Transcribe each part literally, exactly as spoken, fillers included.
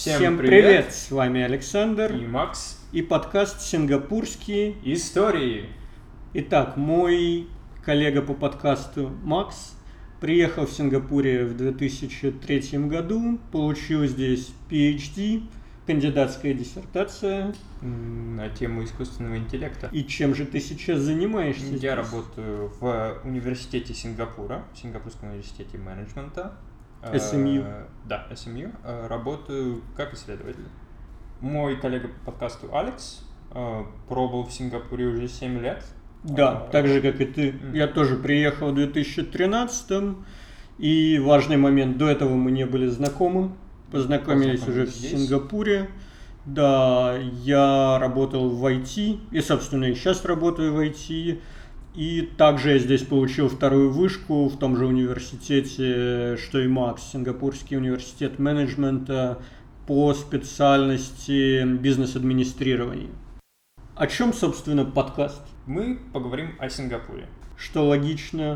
Всем, Всем привет. привет! С вами Александр И Макс. и подкаст «Сингапурские истории». Итак, мой коллега по подкасту Макс приехал в Сингапуре в две тысячи третьем году, получил здесь пи эйч ди, кандидатская диссертация. На тему искусственного интеллекта. И чем же ты сейчас занимаешься? Я здесь? работаю в университете Сингапура, в Сингапурском университете менеджмента. эс эм ю. Э, Да, эс эм ю. Э, Работаю как исследователь. Мой коллега по подкасту Алекс э, пробыл в Сингапуре уже семь лет. Да, Э, так же, как и ты. Я тоже приехал в две тысячи тринадцатом, и важный момент, до этого мы не были знакомы, познакомились уже в здесь. Сингапуре. Да, я работал в ай ти, и, собственно, и сейчас работаю в ай ти. И также я здесь получил вторую вышку в том же университете, что и Макс, Сингапурский университет менеджмента по специальности бизнес-администрирования. О чем, собственно, подкаст? Мы поговорим о Сингапуре. Что логично,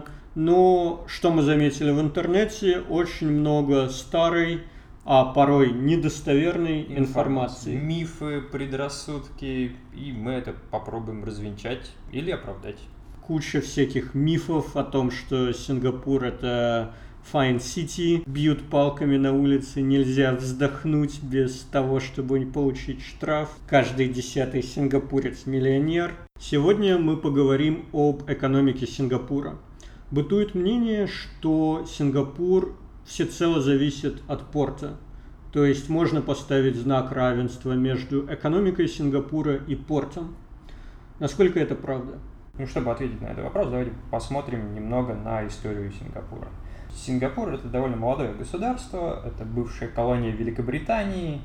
но что мы заметили в интернете, очень много старой, а порой недостоверной информации. Мифы, предрассудки, и мы это попробуем развенчать или оправдать. Куча всяких мифов о том, что Сингапур это fine city, бьют палками на улице, нельзя вздохнуть без того, чтобы не получить штраф. Каждый десятый сингапурец миллионер. Сегодня мы поговорим об экономике Сингапура. Бытует мнение, что Сингапур всецело зависит от порта. То есть можно поставить знак равенства между экономикой Сингапура и портом. Насколько это правда? Ну, чтобы ответить на этот вопрос, давайте посмотрим немного на историю Сингапура. Сингапур – это довольно молодое государство, это бывшая колония Великобритании.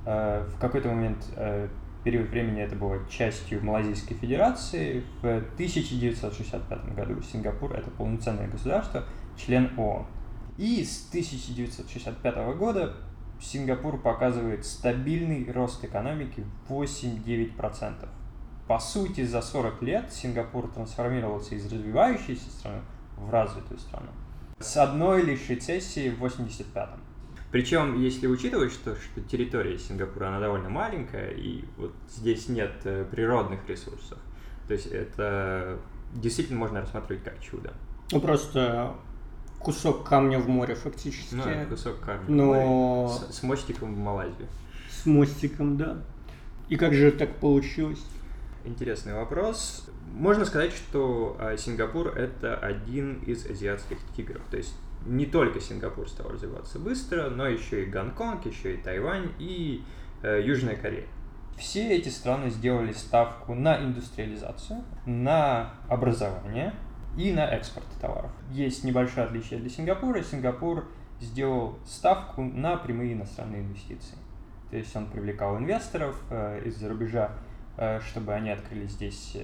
В какой-то момент, период времени, это было частью Малайзийской Федерации. В тысяча девятьсот шестьдесят пятом году Сингапур – это полноценное государство, член ООН. И с тысяча девятьсот шестьдесят пятого года Сингапур показывает стабильный рост экономики восемь-девять процентов. По сути, за сорок лет Сингапур трансформировался из развивающейся страны в развитую страну. С одной лишь рецессией в восемьдесят пятом. Причем, если учитывать, что, что территория Сингапура, она довольно маленькая, и вот здесь нет природных ресурсов, то есть это действительно можно рассматривать как чудо. Ну, просто кусок камня в море фактически. Ну, это кусок камня Но... в море. С, с мостиком в Малайзию. С мостиком, да. И как же так получилось? Интересный вопрос. Можно сказать, что Сингапур – это один из азиатских тигров. То есть не только Сингапур стал развиваться быстро, но еще и Гонконг, еще и Тайвань и э, Южная Корея. Все эти страны сделали ставку на индустриализацию, на образование и на экспорт товаров. Есть небольшое отличие для Сингапура. Сингапур сделал ставку на прямые иностранные инвестиции. То есть он привлекал инвесторов э, из-за рубежа, чтобы они открыли здесь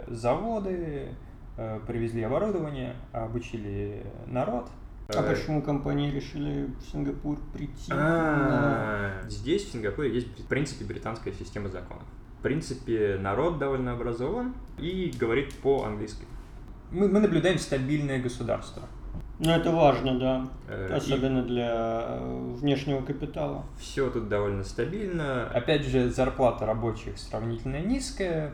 заводы, привезли оборудование, обучили народ. А почему компании решили в Сингапур прийти? А, здесь, в Сингапуре, есть, в принципе, британская система законов. В принципе, народ довольно образован и говорит по-английски. Мы, мы наблюдаем стабильное государство. Ну, это важно, да. Э, Особенно и... для внешнего капитала. Все тут довольно стабильно. Опять же, зарплата рабочих сравнительно низкая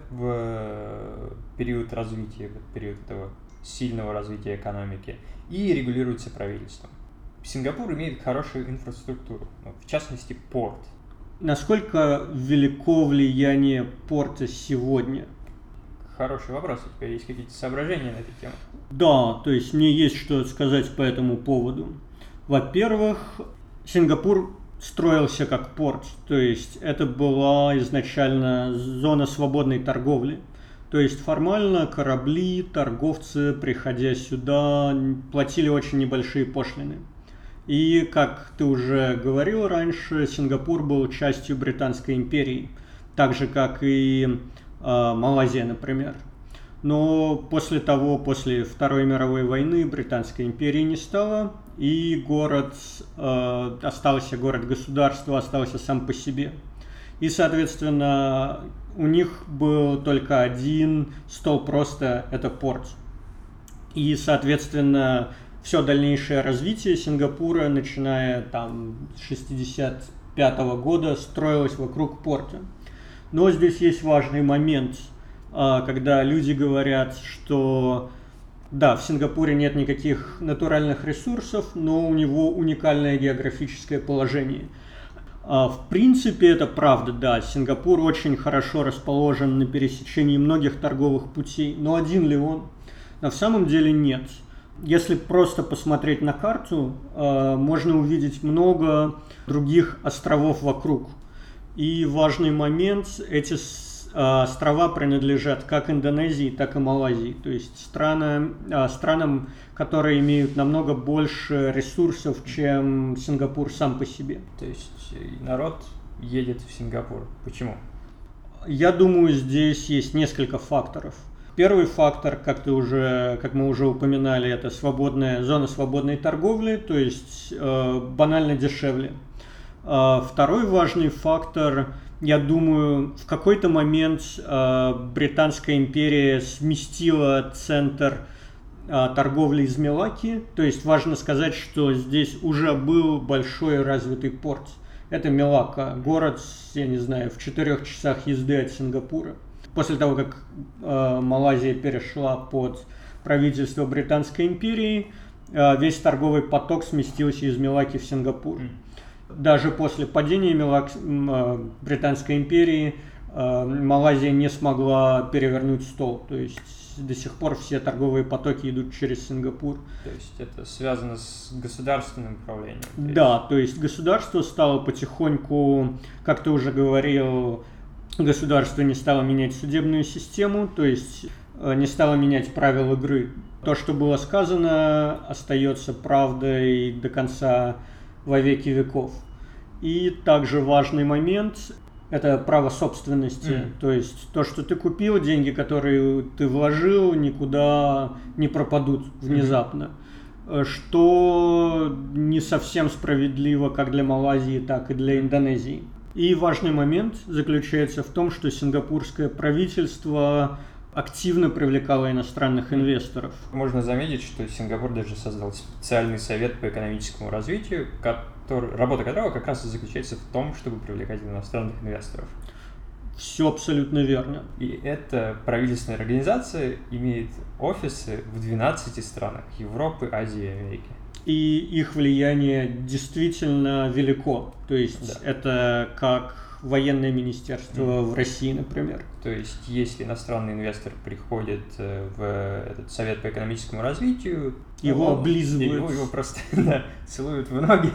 в период развития, в период этого сильного развития экономики. И регулируется правительством. Сингапур имеет хорошую инфраструктуру, в частности, порт. Насколько велико влияние порта сегодня? Хороший вопрос. У тебя есть какие-то соображения на эту тему? Да, то есть мне есть что сказать по этому поводу. Во-первых, Сингапур строился как порт, то есть это была изначально зона свободной торговли. То есть формально корабли, торговцы, приходя сюда, платили очень небольшие пошлины. И, как ты уже говорил раньше, Сингапур был частью Британской империи, так же, как и э, Малайзия, например. Но после того, после Второй мировой войны, Британской империи не стало, и город э, остался, город-государство остался сам по себе. И, соответственно, у них был только один столб роста – это порт. И, соответственно, все дальнейшее развитие Сингапура, начиная там с шестьдесят пятого года строилась вокруг порта. Но здесь есть важный момент, когда люди говорят, что да, в Сингапуре нет никаких натуральных ресурсов, но у него уникальное географическое положение. В принципе, это правда, да, Сингапур очень хорошо расположен на пересечении многих торговых путей, но один ли он? На самом деле нет. Если просто посмотреть на карту, можно увидеть много других островов вокруг. И важный момент, эти острова принадлежат как Индонезии, так и Малайзии, то есть странам, странам, которые имеют намного больше ресурсов, чем Сингапур сам по себе. То есть народ едет в Сингапур. Почему? Я думаю, здесь есть несколько факторов. Первый фактор, как, ты уже, как мы уже упоминали, это свободная, зона свободной торговли, то есть э, банально дешевле. Э, второй важный фактор, я думаю, в какой-то момент э, Британская империя сместила центр э, торговли из Мелакки. То есть важно сказать, что здесь уже был большой развитый порт. Это Мелакка, город, я не знаю, в четырех часах езды от Сингапура. После того, как э, Малайзия перешла под правительство Британской империи, э, весь торговый поток сместился из Мелакки в Сингапур. Даже после падения Мелак... Британской империи э, Малайзия не смогла перевернуть стол. То есть до сих пор все торговые потоки идут через Сингапур. То есть это связано с государственным управлением? Да, то есть государство стало потихоньку, как ты уже говорил, государство не стало менять судебную систему, то есть не стало менять правила игры. То, что было сказано, остается правдой до конца во веки веков. И также важный момент – это право собственности. Mm. То есть то, что ты купил, деньги, которые ты вложил, никуда не пропадут внезапно. Mm. Что не совсем справедливо как для Малайзии, так и для Индонезии. И важный момент заключается в том, что сингапурское правительство активно привлекало иностранных инвесторов. Можно заметить, что Сингапур даже создал специальный совет по экономическому развитию, который, работа которого как раз и заключается в том, чтобы привлекать иностранных инвесторов. Все абсолютно верно. И эта правительственная организация имеет офисы в двенадцати странах Европы, Азии и Америки. И их влияние действительно велико. То есть да. Это как военное министерство mm. в России, например. То есть если иностранный инвестор приходит в этот совет по экономическому развитию, его он, облизывают. Его, его просто да, целуют в ноги.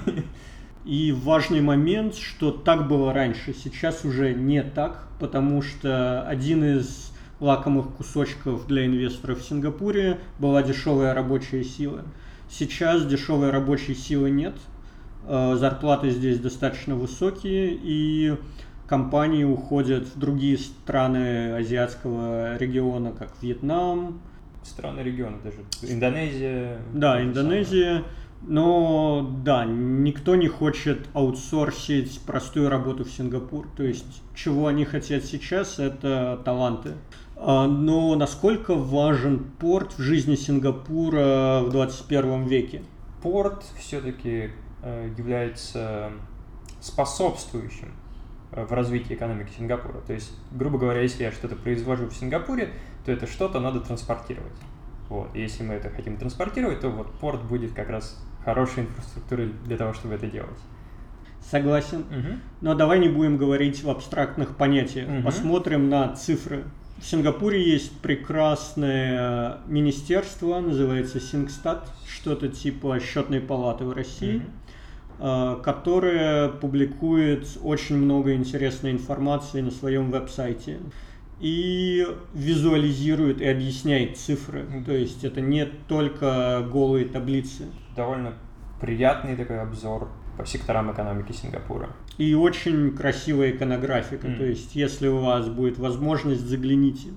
И важный момент, что так было раньше, сейчас уже не так, потому что один из лакомых кусочков для инвесторов в Сингапуре была дешевая рабочая сила. Сейчас дешевой рабочей силы нет, зарплаты здесь достаточно высокие, и компании уходят в другие страны азиатского региона, как Вьетнам. Страны региона даже, Индонезия. Да, Индонезия. Но да, никто не хочет аутсорсить простую работу в Сингапур. То есть, чего они хотят сейчас, это таланты. Но насколько важен порт в жизни Сингапура в двадцать первом веке? Порт все-таки является способствующим в развитии экономики Сингапура. То есть, грубо говоря, если я что-то произвожу в Сингапуре, то это что-то надо транспортировать. Вот. И если мы это хотим транспортировать, то вот порт будет как раз хорошей инфраструктурой для того, чтобы это делать. Согласен. Угу. Но давай не будем говорить в абстрактных понятиях. Угу. Посмотрим на цифры. В Сингапуре есть прекрасное министерство, называется Сингстат, что-то типа счетной палаты в России, угу. которое публикует очень много интересной информации на своем веб-сайте. И визуализирует и объясняет цифры. То есть это не только голые таблицы. Довольно приятный такой обзор по секторам экономики Сингапура. И очень красивая иконографика. Mm. То есть если у вас будет возможность, загляните.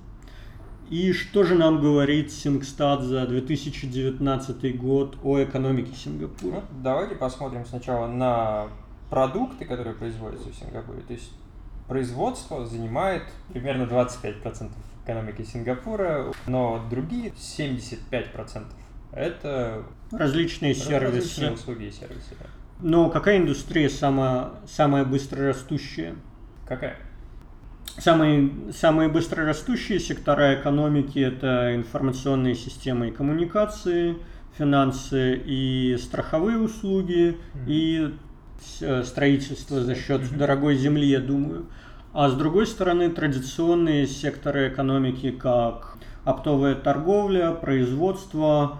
И что же нам говорит Сингстат за две тысячи девятнадцатый год о экономике Сингапура? Ну, давайте посмотрим сначала на продукты, которые производятся в Сингапуре. То есть производство занимает примерно двадцать пять процентов экономики Сингапура, но другие семьдесят пять процентов это различные сервисы. Различные услуги и сервисы. Да. Но какая индустрия самая, самая быстро растущая? Какая? Самые, самые быстро растущие сектора экономики – это информационные системы и коммуникации, финансы и страховые услуги, mm-hmm. и строительство за счет mm-hmm. дорогой земли, я думаю. А с другой стороны, традиционные секторы экономики, как оптовая торговля, производство,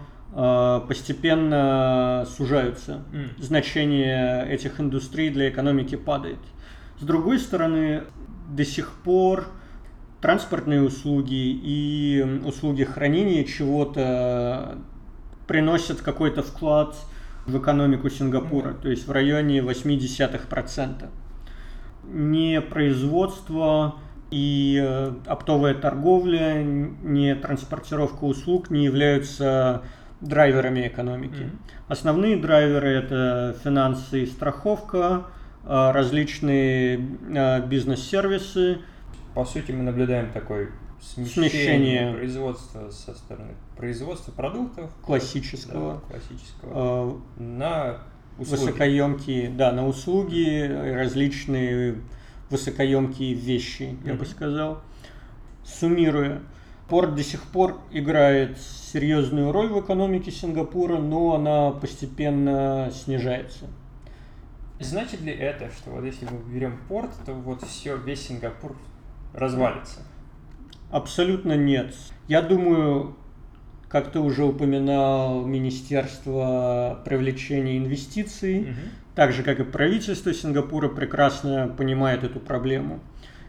постепенно сужаются. Mm. Значение этих индустрий для экономики падает. С другой стороны, до сих пор транспортные услуги и услуги хранения чего-то приносят какой-то вклад в экономику Сингапура, mm. то есть в районе восемьдесят процентов. Не производство и оптовая торговля, не транспортировка услуг не являются драйверами экономики. Mm-hmm. Основные драйверы – это финансы и страховка, различные бизнес-сервисы. По сути, мы наблюдаем такое смещение, смещение. производства со стороны производства продуктов классического, да, классического э, на услуги. Высокоемкие, да, на услуги, различные высокоемкие вещи, mm-hmm. я бы сказал. Суммируя, порт до сих пор играет серьезную роль в экономике Сингапура, но она постепенно снижается. Значит ли это, что вот если мы берем порт, то вот все, весь Сингапур развалится? Абсолютно нет. Я думаю, как ты уже упоминал, Министерство привлечения инвестиций, угу. так же, как и правительство Сингапура, прекрасно понимает эту проблему.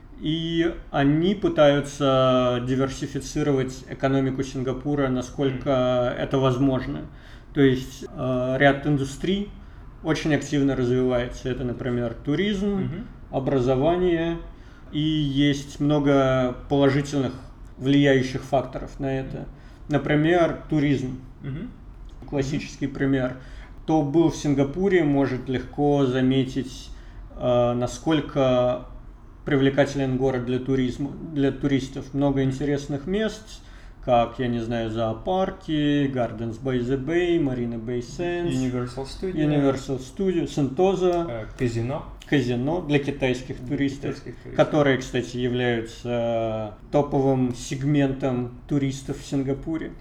И они пытаются диверсифицировать экономику Сингапура, насколько mm. это возможно. То есть э, ряд индустрий очень активно развивается. Это, например, туризм, mm-hmm. образование, и есть много положительных влияющих факторов на это. Например, туризм. Mm-hmm. Классический mm-hmm. пример. Кто был в Сингапуре, может легко заметить, э, насколько привлекателен город для туризма, для туристов. Много интересных мест, как, я не знаю, зоопарки, Gardens by the Bay, Marina Bay Sands, Universal Studios, Universal Studios, Sentosa, казино. казино для китайских туристов, китайских туристов, которые, кстати, являются топовым сегментом туристов в Сингапуре.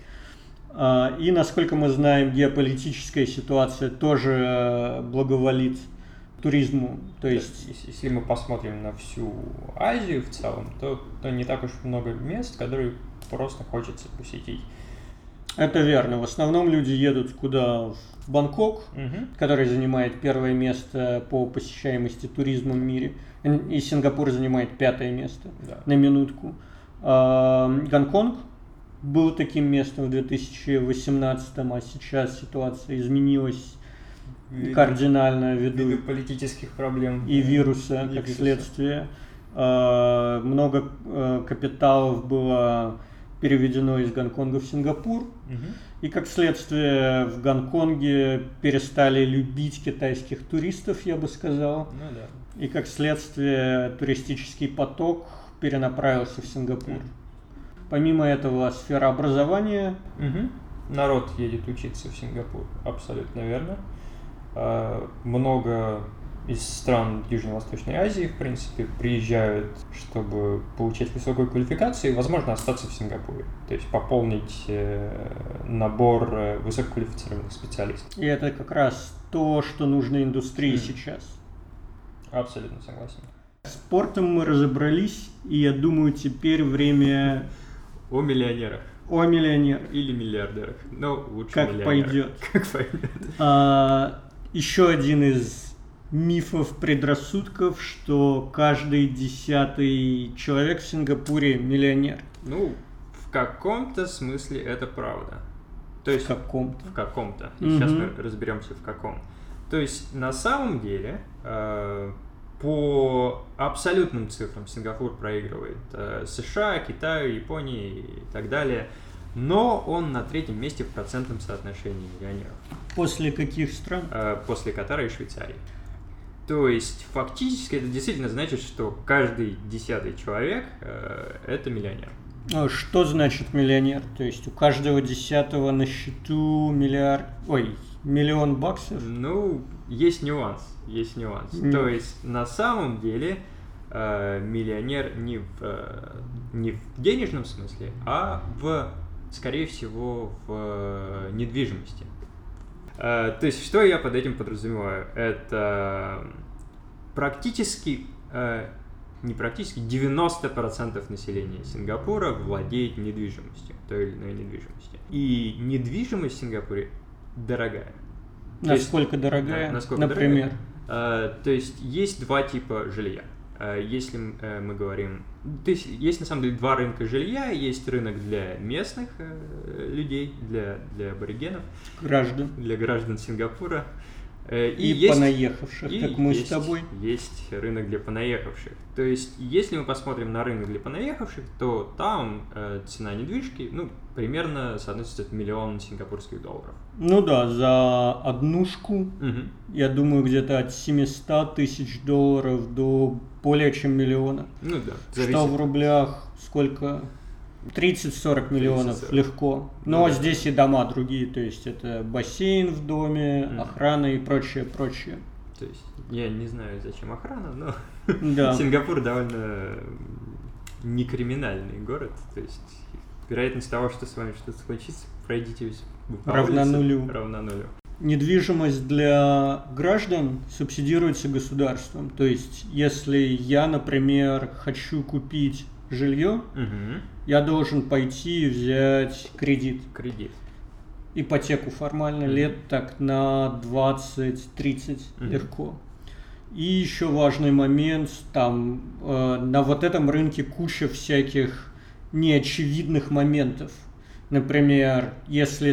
И, насколько мы знаем, геополитическая ситуация тоже благоволит туризму. То есть, да, если мы посмотрим на всю Азию в целом, то, то не так уж много мест, которые просто хочется посетить. Это верно. В основном люди едут куда? В Бангкок, угу. который занимает первое место по посещаемости туризма в мире. И Сингапур занимает пятое место, да. на минутку. А, Гонконг был таким местом в две тысячи восемнадцатом, а сейчас ситуация изменилась ввиду, кардинально ввиду, ввиду политических проблем и вируса, и как вируса. Следствие. А, много а, капиталов было переведено из Гонконга в Сингапур. Угу. И как следствие в Гонконге перестали любить китайских туристов, я бы сказал. Ну, да. И как следствие туристический поток перенаправился в Сингапур. Mm. Помимо этого, сфера образования. Угу. Народ едет учиться в Сингапур, абсолютно верно. А, много из стран Южно-Восточной Азии, в принципе, приезжают, чтобы получать высокую квалификацию и, возможно, остаться в Сингапуре. То есть пополнить э, набор э, высококвалифицированных специалистов. И это как раз то, что нужно индустрии mm. сейчас. Абсолютно согласен. С спортом мы разобрались, и я думаю, теперь время... О миллионерах. О миллионерах. Или миллиардерах. Но лучше как миллионерах. Пойдет. Как пойдет. А, еще один из мифов, предрассудков, что каждый десятый человек в Сингапуре миллионер. Ну, в каком-то смысле это правда. То есть в каком-то. В каком-то. И mm-hmm. сейчас мы разберемся в каком. То есть на самом деле э, по абсолютным цифрам Сингапур проигрывает э, США, Китаю, Японии и так далее. Но он на третьем месте в процентном соотношении миллионеров. После каких стран? Э, после Катара и Швейцарии. То есть фактически это действительно значит, что каждый десятый человек э, это миллионер. Что значит миллионер? То есть у каждого десятого на счету миллиард... Ой, Миллион баксов? Ну, есть нюанс, есть нюанс. Mm. То есть, на самом деле, э, миллионер не в, э, не в денежном смысле, а в, скорее всего, в э, недвижимости. Э, то есть, что я под этим подразумеваю? Это практически, э, не практически, девяносто процентов населения Сингапура владеет недвижимостью, той или иной недвижимостью. И недвижимость в Сингапуре дорогая. Насколько есть, дорогая, да, насколько например? Дорогая? Uh, то есть есть два типа жилья. Uh, если uh, мы говорим... То есть есть на самом деле два рынка жилья. Есть рынок для местных uh, людей, для, для аборигенов. Граждан. Для граждан Сингапура. Uh, и и есть, понаехавших, и как мы есть, с тобой. Есть рынок для понаехавших. То есть если мы посмотрим на рынок для понаехавших, то там uh, цена недвижки, ну, примерно соотносится в миллион сингапурских долларов. Ну да, за однушку, угу. я думаю, где-то от семьсот тысяч долларов до более чем миллиона. Ну да. Зависит. Что в рублях сколько? тридцать-сорок миллионов тридцать сорок. Легко. Но ну, да. Здесь и дома другие, то есть это бассейн в доме, mm. охрана и прочее, прочее. То есть я не знаю, зачем охрана, но да. Сингапур довольно некриминальный город, то есть вероятность того, что с вами что-то случится, пройдите по равна улице, нулю. равна нулю. Недвижимость для граждан субсидируется государством. То есть, если я, например, хочу купить жилье, угу. я должен пойти и взять кредит. Кредит. Ипотеку формально угу. лет так на двадцать-тридцать угу. легко. И еще важный момент, там э, на вот этом рынке куча всяких неочевидных моментов. Например, если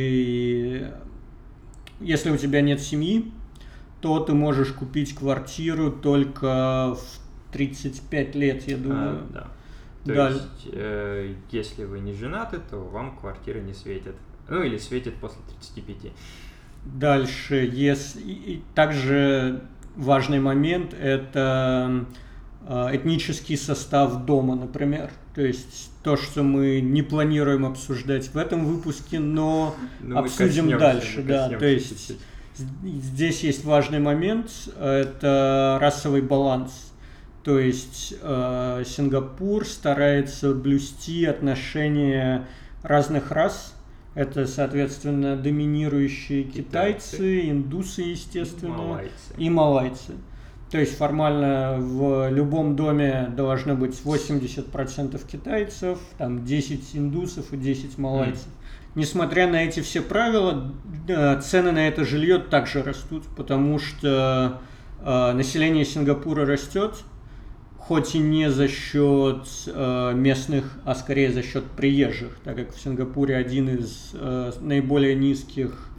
ты, если у тебя нет семьи, то ты можешь купить квартиру только в тридцать пять лет, я думаю. А, да. То да. есть, э, если вы не женаты, то вам квартира не светит. Ну, или светит после тридцати пяти. Дальше, если... И также важный момент – это этнический состав дома, например. То есть то, что мы не планируем обсуждать в этом выпуске, но ну, обсудим дальше. Да. То есть здесь есть важный момент – это расовый баланс. То есть э, Сингапур старается блюсти отношения разных рас. Это, соответственно, доминирующие китайцы, китайцы индусы, естественно, и малайцы. и малайцы. То есть формально в любом доме должно быть восемьдесят процентов китайцев, там десять индусов и десять малайцев. Mm. Несмотря на эти все правила, цены на это жилье также растут, потому что э, население Сингапура растет, хоть и не за счет э, местных, а скорее за счет приезжих, так как в Сингапуре один из э, наиболее низких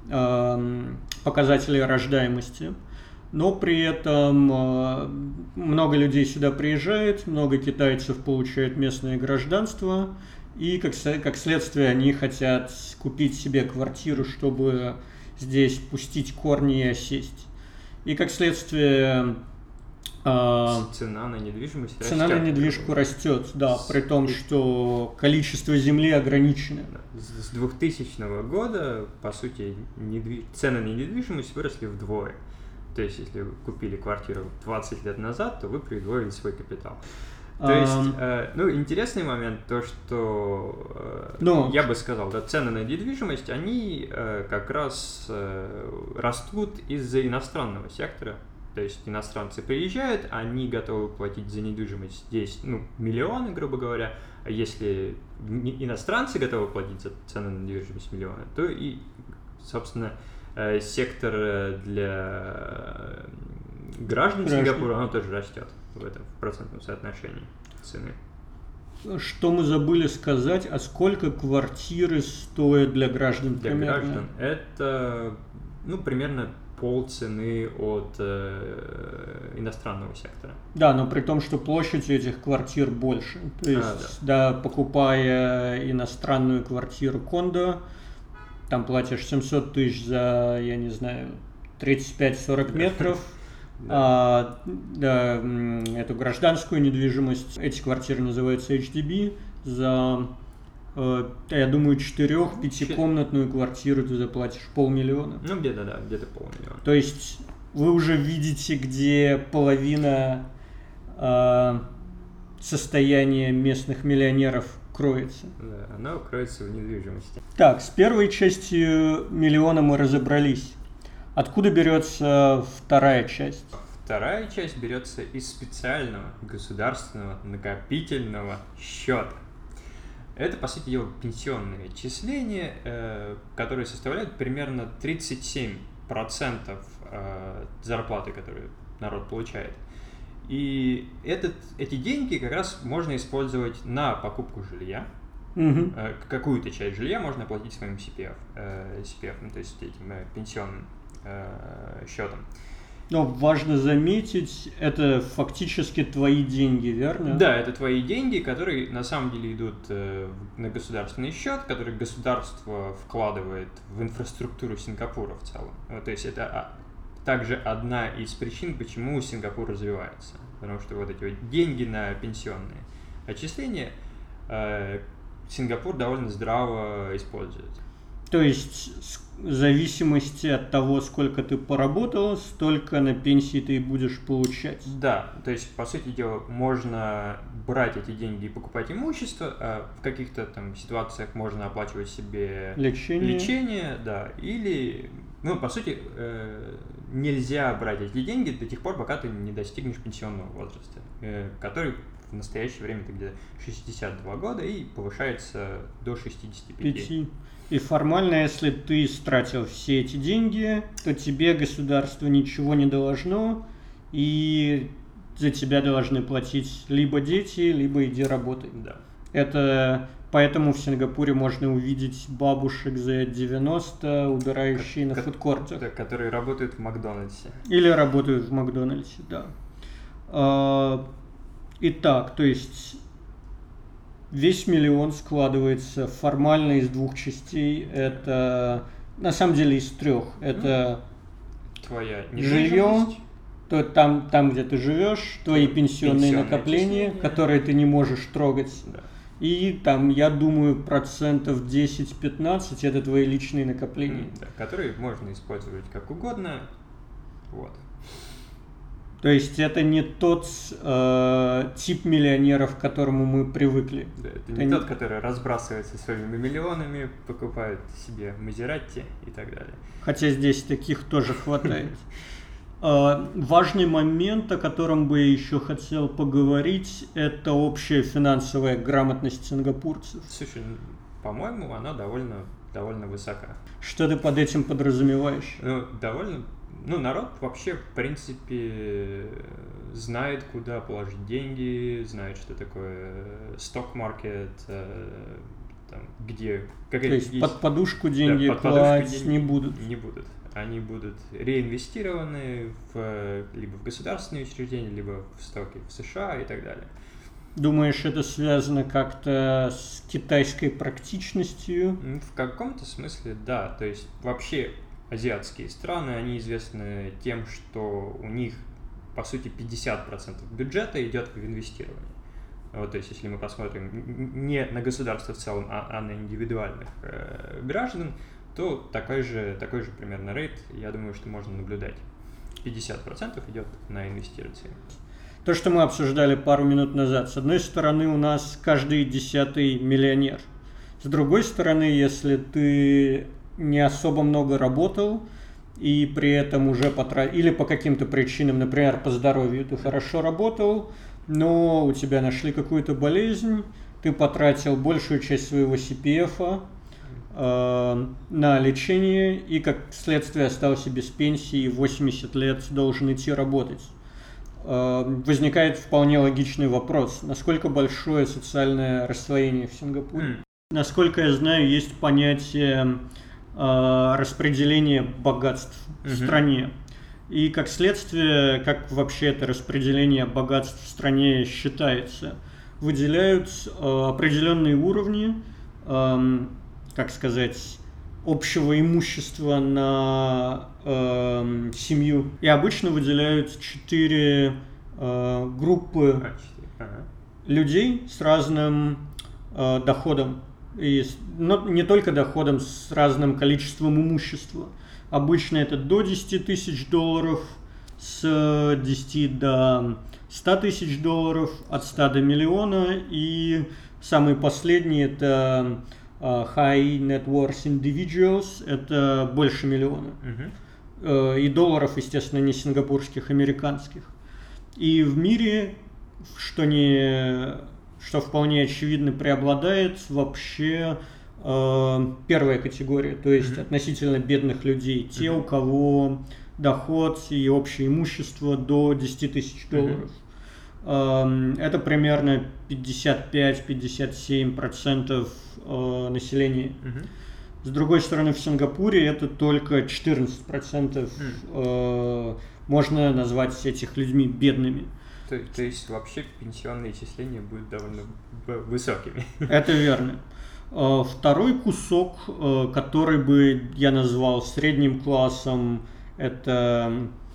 э, показателей рождаемости. Но при этом э, много людей сюда приезжает, много китайцев получают местное гражданство, и как, как следствие они хотят купить себе квартиру, чтобы здесь пустить корни и осесть. И как следствие... Цена на недвижимость растет. Цена на недвижку растет, да, с... при том, что количество земли ограничено. С двухтысячного года, по сути, недвиж... цены на недвижимость выросли вдвое. То есть, если вы купили квартиру двадцать лет назад, то вы придвоили свой капитал. То есть, um... э, ну, интересный момент, то, что э, Но... я бы сказал, да, цены на недвижимость, они э, как раз э, растут из-за иностранного сектора. То есть иностранцы приезжают, они готовы платить за недвижимость здесь, ну, миллионы, грубо говоря. А если иностранцы готовы платить за цены на недвижимость миллионы, то и, собственно, сектор для граждан Сингапура, он тоже растет в этом в процентном соотношении цены. Что мы забыли сказать, а сколько квартиры стоят для граждан? Для примерно? граждан это, ну, примерно полцены от э, иностранного сектора. Да, но при том, что площадь этих квартир больше. То есть, а, да. да, покупая иностранную квартиру кондо, там платишь семьсот тысяч за, я не знаю, тридцать пять-сорок метров. А, да, эту гражданскую недвижимость, эти квартиры называются эйч ди би, за я думаю, четырех, пятикомнатную квартиру ты заплатишь полмиллиона. Ну, где-то, да, где-то полмиллиона. То есть вы уже видите, где половина э, состояния местных миллионеров кроется. Да, оно кроется в недвижимости. Так, с первой частью миллиона мы разобрались. Откуда берется вторая часть? Вторая часть берется из специального государственного накопительного счета. Это, по сути дела, пенсионные отчисления, э, которые составляют примерно тридцать семь процентов э, зарплаты, которую народ получает. И этот, эти деньги как раз можно использовать на покупку жилья. Угу. Э, какую-то часть жилья можно оплатить своим си пи эф, э, си пи эф, ну, то есть этим э, пенсионным э, счетом. Но важно заметить, это фактически твои деньги, верно? Да, это твои деньги, которые на самом деле идут э, на государственный счет, который государство вкладывает в инфраструктуру Сингапура в целом. Вот, то есть это а, также одна из причин, почему Сингапур развивается. Потому что вот эти вот деньги на пенсионные отчисления э, Сингапур довольно здраво использует. То есть в зависимости от того, сколько ты поработал, столько на пенсии ты и будешь получать. Да, то есть, по сути дела, можно брать эти деньги и покупать имущество, а в каких-то там ситуациях можно оплачивать себе лечение, лечение, да, или, ну, по сути, э, нельзя брать эти деньги до тех пор, пока ты не достигнешь пенсионного возраста, э, который в настоящее время где-то шестьдесят два года и повышается до шестидесяти пяти. И формально, если ты истратил все эти деньги, то тебе государство ничего не должно, и за тебя должны платить либо дети, либо иди работай. Да. Это поэтому в Сингапуре можно увидеть бабушек за девяносто, убирающие как, на фудкортах. Да, которые работают в Макдональдсе. Или работают в Макдональдсе, да. Итак, то есть весь миллион складывается формально из двух частей. Это на самом деле из трех. Это твоя жилье, то там, там, где ты живешь, твои пенсионные, пенсионные накопления, отчисления, которые ты не можешь трогать. Да. И там, я думаю, процентов десять-пятнадцать это твои личные накопления. Да, которые можно использовать как угодно. Вот. То есть это не тот э, тип миллионеров, к которому мы привыкли. Да, это не это тот, не... который разбрасывается своими миллионами, покупает себе Мазератти и так далее. Хотя здесь таких тоже хватает. Важный момент, о котором бы я еще хотел поговорить, это общая финансовая грамотность сингапурцев. Слушай, по-моему, она довольно, довольно высока. Что ты под этим подразумеваешь? Ну, довольно... Ну, народ вообще, в принципе, знает, куда положить деньги, знает, что такое сток-маркет, там, где... Как То это, есть, есть под подушку деньги да, под класть подушку не будут? Не будут. Они будут реинвестированы в, либо в государственные учреждения, либо в стоки в США и так далее. Думаешь, это связано как-то с китайской практичностью? В каком-то смысле, да. То есть, вообще... Азиатские страны, они известны тем, что у них, по сути, пятьдесят процентов бюджета идет в инвестирование. Вот, то есть, если мы посмотрим не на государство в целом, а, а на индивидуальных э, граждан, то такой же, такой же примерно рейт, я думаю, что можно наблюдать. пятьдесят процентов идет на инвестиции. То, что мы обсуждали пару минут назад. С одной стороны, у нас каждый десятый миллионер. С другой стороны, если ты... не особо много работал, и при этом уже потратил, или по каким-то причинам, например, по здоровью ты хорошо работал, но у тебя нашли какую-то болезнь, ты потратил большую часть своего си пи эф э, на лечение, и как следствие остался без пенсии, и в восемьдесят лет должен идти работать. Э, возникает вполне логичный вопрос, насколько большое социальное расслоение в Сингапуре? Mm. Насколько я знаю, есть понятие распределение богатств в uh-huh. стране. И как следствие, как вообще это распределение богатств в стране считается, выделяют э, определенные уровни, э, как сказать, общего имущества на э, семью. И обычно выделяют четыре э, группы uh-huh. людей с разным э, доходом. И, но не только доходом, с разным количеством имущества. Обычно это до десяти тысяч долларов, с десяти до ста тысяч долларов, от ста до миллиона. И самый последний это uh, High Net Worth Individuals, это больше миллиона. Угу. Uh, и долларов, естественно, не сингапурских, американских. И в мире, что, не, что вполне очевидно преобладает, вообще э, первая категория, то есть mm-hmm. относительно бедных людей, те, mm-hmm. у кого доход и общее имущество до десяти тысяч долларов. Mm-hmm. Э, это примерно пятьдесят пять - пятьдесят семь процентов э, населения. Mm-hmm. С другой стороны, в Сингапуре это только четырнадцать процентов mm. э, можно назвать этих людьми бедными. То, то есть вообще пенсионные числения будут довольно высокими. Это верно. Э, второй кусок, э, который бы я назвал средним классом, это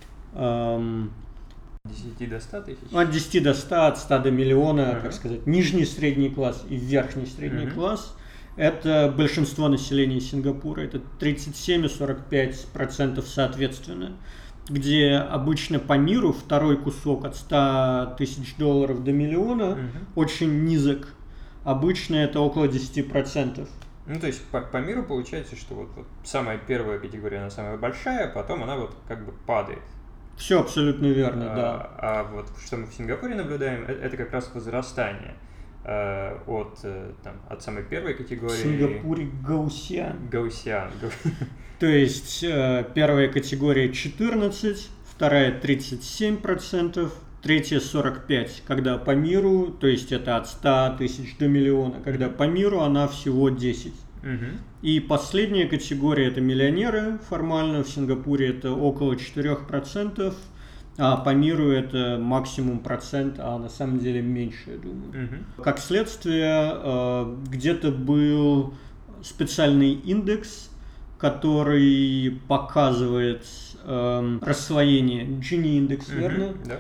э, десяти до ста тысяч? От десяти до ста, от ста до миллиона, uh-huh. как сказать, нижний средний класс и верхний средний uh-huh. класс. Это большинство населения Сингапура, это тридцать семь и сорок пять процентов соответственно, где обычно по миру второй кусок от ста тысяч долларов до миллиона uh-huh. очень низок, обычно это около десяти процентов. Ну, то есть по, по миру получается, что вот, вот самая первая категория, она самая большая, потом она вот как бы падает. Все абсолютно верно, а, да. А вот что мы в Сингапуре наблюдаем, это как раз возрастание. От, там, от самой первой категории. В Сингапуре гаусян. Гаусян. То есть первая категория четырнадцать, вторая тридцать семь процентов, третья сорок пять, когда по миру, то есть это от ста тысяч до миллиона, когда по миру она всего десять. Угу. И последняя категория это миллионеры, формально в Сингапуре это около четырех процентов. А по миру это максимум процент, а на самом деле меньше, я думаю. Uh-huh. Как следствие, где-то был специальный индекс, который показывает расслоение, Джини-индекс, uh-huh. верно? Да.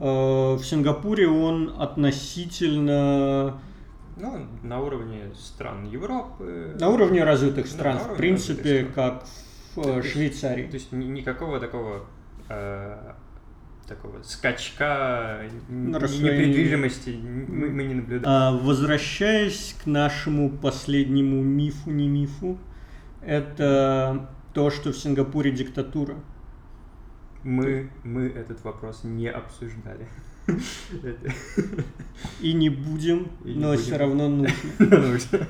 В Сингапуре он относительно... Ну, на уровне стран Европы. На уровне развитых стран, да, в принципе, стран. как в то Швейцарии. Есть, то есть никакого такого... Э- такого скачка недвижимости мы, мы не наблюдаем. А, возвращаясь к нашему последнему мифу, не мифу, это то, что в Сингапуре диктатура. Мы, мы этот вопрос не обсуждали. И не будем, И но не все будем. равно нужно.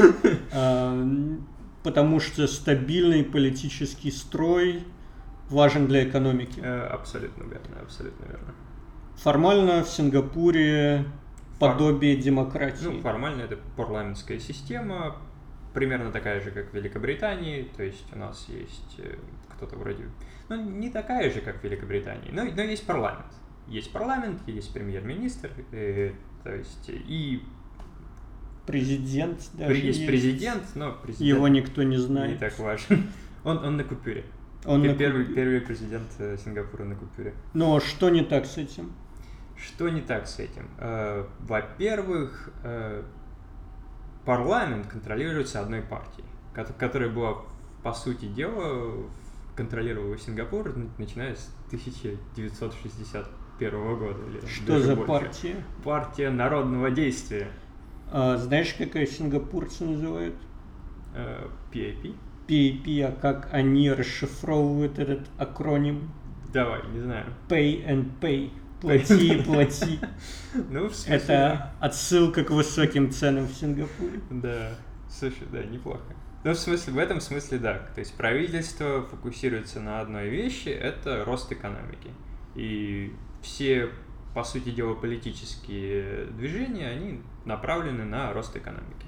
Потому что стабильный политический строй важен для экономики. Абсолютно верно, абсолютно верно. Формально в Сингапуре подобие Фор... демократии. Ну, формально это парламентская система, примерно такая же, как в Великобритании, то есть у нас есть кто-то вроде... Ну, не такая же, как в Великобритании, но, но есть парламент. Есть парламент, есть премьер-министр, и, то есть и... Президент даже есть. Есть президент, но президент... Его никто не знает. Не так важен. Он, он на купюре. Он на первый, купюре. первый президент Сингапура на купюре. Но что не так с этим? Что не так с этим? Э, во-первых, э, парламент контролируется одной партией, которая была, по сути дела, контролировала Сингапур, начиная с тысяча девятьсот шестьдесят первого года. Или что за больше. партия? Партия народного действия. А, знаешь, какая сингапурцы называют? Э, пи эй пи. пи эй пи, а как они расшифровывают этот акроним? Давай, не знаю. Pay and pay. Плати и плати. Ну, в смысле... Это отсылка к высоким ценам в Сингапуре. Да, слушай, да, неплохо. Ну, в смысле, в этом смысле, да. То есть правительство фокусируется на одной вещи, это рост экономики. И все, по сути дела, политические движения, они направлены на рост экономики.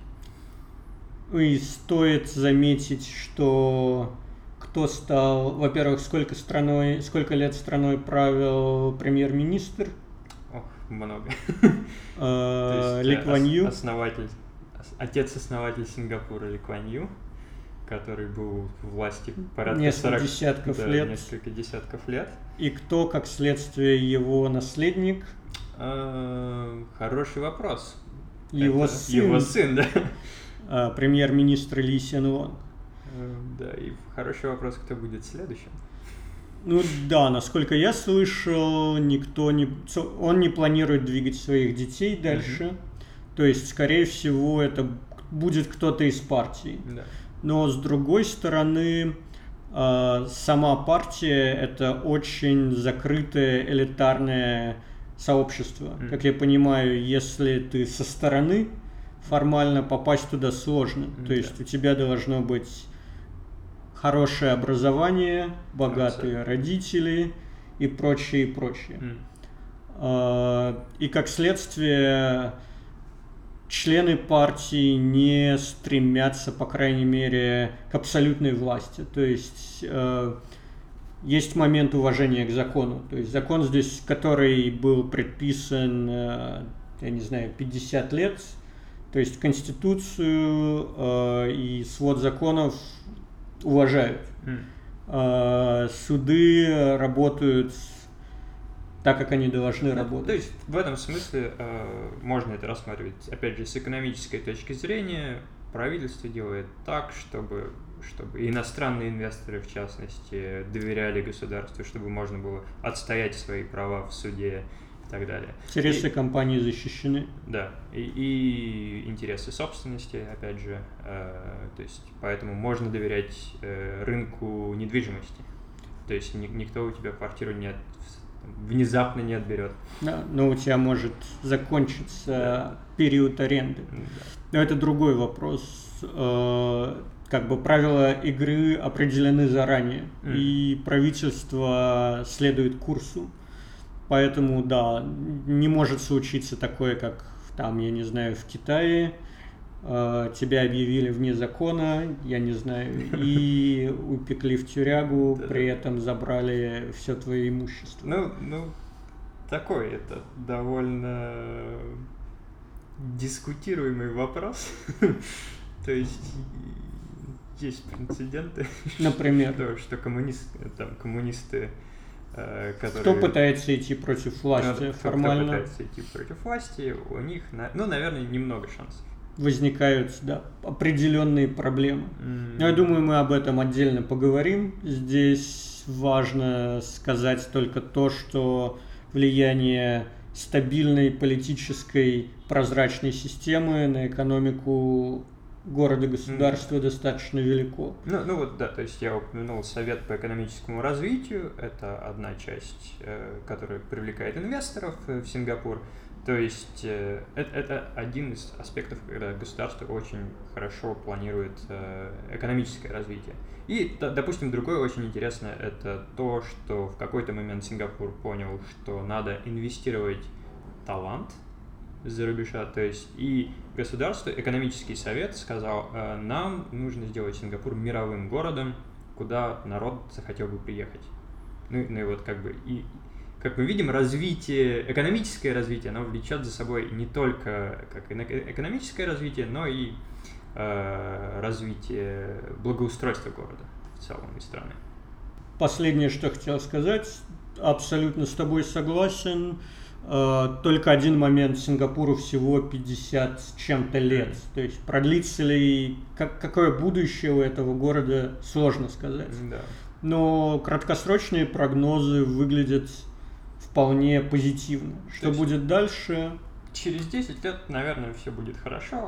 И стоит заметить, что кто стал, во-первых, сколько страной, сколько лет страной правил премьер-министр? Ох, много. Ли Куан Ю. Основатель, отец-основатель Сингапура Ли Куан Ю, который был в власти порядка несколько сорока десятков да, лет. несколько десятков лет. И кто, как следствие, его наследник? А, хороший вопрос. Его Это сын. Его сын, да. э, премьер-министр Ли Сян Лонг. Да, и хороший вопрос, кто будет следующим. Ну да, насколько я слышал, никто не, он не планирует двигать своих детей дальше. Mm-hmm. То есть, скорее всего, это будет кто-то из партии. Да. Но с другой стороны, э, сама партия это очень закрытое элитарное сообщество. Mm-hmm. Как я понимаю, если ты со стороны, формально попасть туда сложно. Mm-hmm. То есть у тебя должно быть хорошее образование, богатые Абсолютно. родители и прочее, и прочее. Mm. И как следствие, члены партии не стремятся, по крайней мере, к абсолютной власти. То есть есть момент уважения к закону. То есть закон здесь, который был предписан, я не знаю, пятьдесят лет, то есть Конституцию и свод законов уважают. Mm. Суды работают так, как они должны да, работать. То есть в этом смысле можно это рассматривать, опять же, с экономической точки зрения. Правительство делает так, чтобы, чтобы иностранные инвесторы, в частности, доверяли государству, чтобы можно было отстоять свои права в суде и так далее. Интересы и, компании защищены. Да, и, и интересы собственности, опять же, э, то есть поэтому можно доверять э, рынку недвижимости. То есть ни, никто у тебя квартиру не от, внезапно не отберет. Да, но у тебя может закончиться да. период аренды. Да. Но это другой вопрос. Э, как бы правила игры определены заранее, mm. и правительство следует курсу. Поэтому, да, не может случиться такое, как там, я не знаю, в Китае, э, тебя объявили вне закона, я не знаю, и упекли в тюрягу, при этом забрали все твое имущество. Ну, ну, такой это довольно дискутируемый вопрос. То есть есть прецеденты, например, что коммунисты Которые... Кто пытается идти против власти кто, формально? Кто пытается идти против власти, у них, ну, наверное, немного шансов. Возникают, да, определенные проблемы. Mm-hmm. Но я думаю, мы об этом отдельно поговорим. Здесь важно сказать только то, что влияние стабильной политической прозрачной системы на экономику города-государства mm. достаточно велико. Ну, ну вот да, то есть я упомянул Совет по экономическому развитию, это одна часть, э, которая привлекает инвесторов в Сингапур. То есть э, это, это один из аспектов, когда государство очень хорошо планирует э, экономическое развитие. И, д- допустим, другое очень интересное, это то, что в какой-то момент Сингапур понял, что надо инвестировать талант из-за рубежа, то есть и государство, экономический совет сказал, э, нам нужно сделать Сингапур мировым городом, куда народ захотел бы приехать. Ну, ну и вот как бы, и как мы видим, развитие, экономическое развитие, оно влечет за собой не только как экономическое развитие, но и э, развитие благоустройства города в целом и страны. Последнее, что хотел сказать, абсолютно с тобой согласен. Только один момент, Сингапуру всего пятьдесят с чем-то лет. То есть продлится ли, как, какое будущее у этого города, сложно сказать. Да. Но краткосрочные прогнозы выглядят вполне позитивно. Что есть, будет дальше? Через десять лет, наверное, все будет хорошо.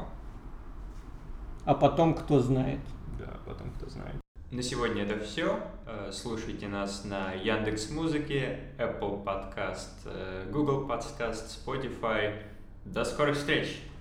А потом кто знает. Да, потом кто знает. На сегодня это все. Слушайте нас на Яндекс.Музыке, Apple Podcast, Google Podcast, Spotify. До скорых встреч!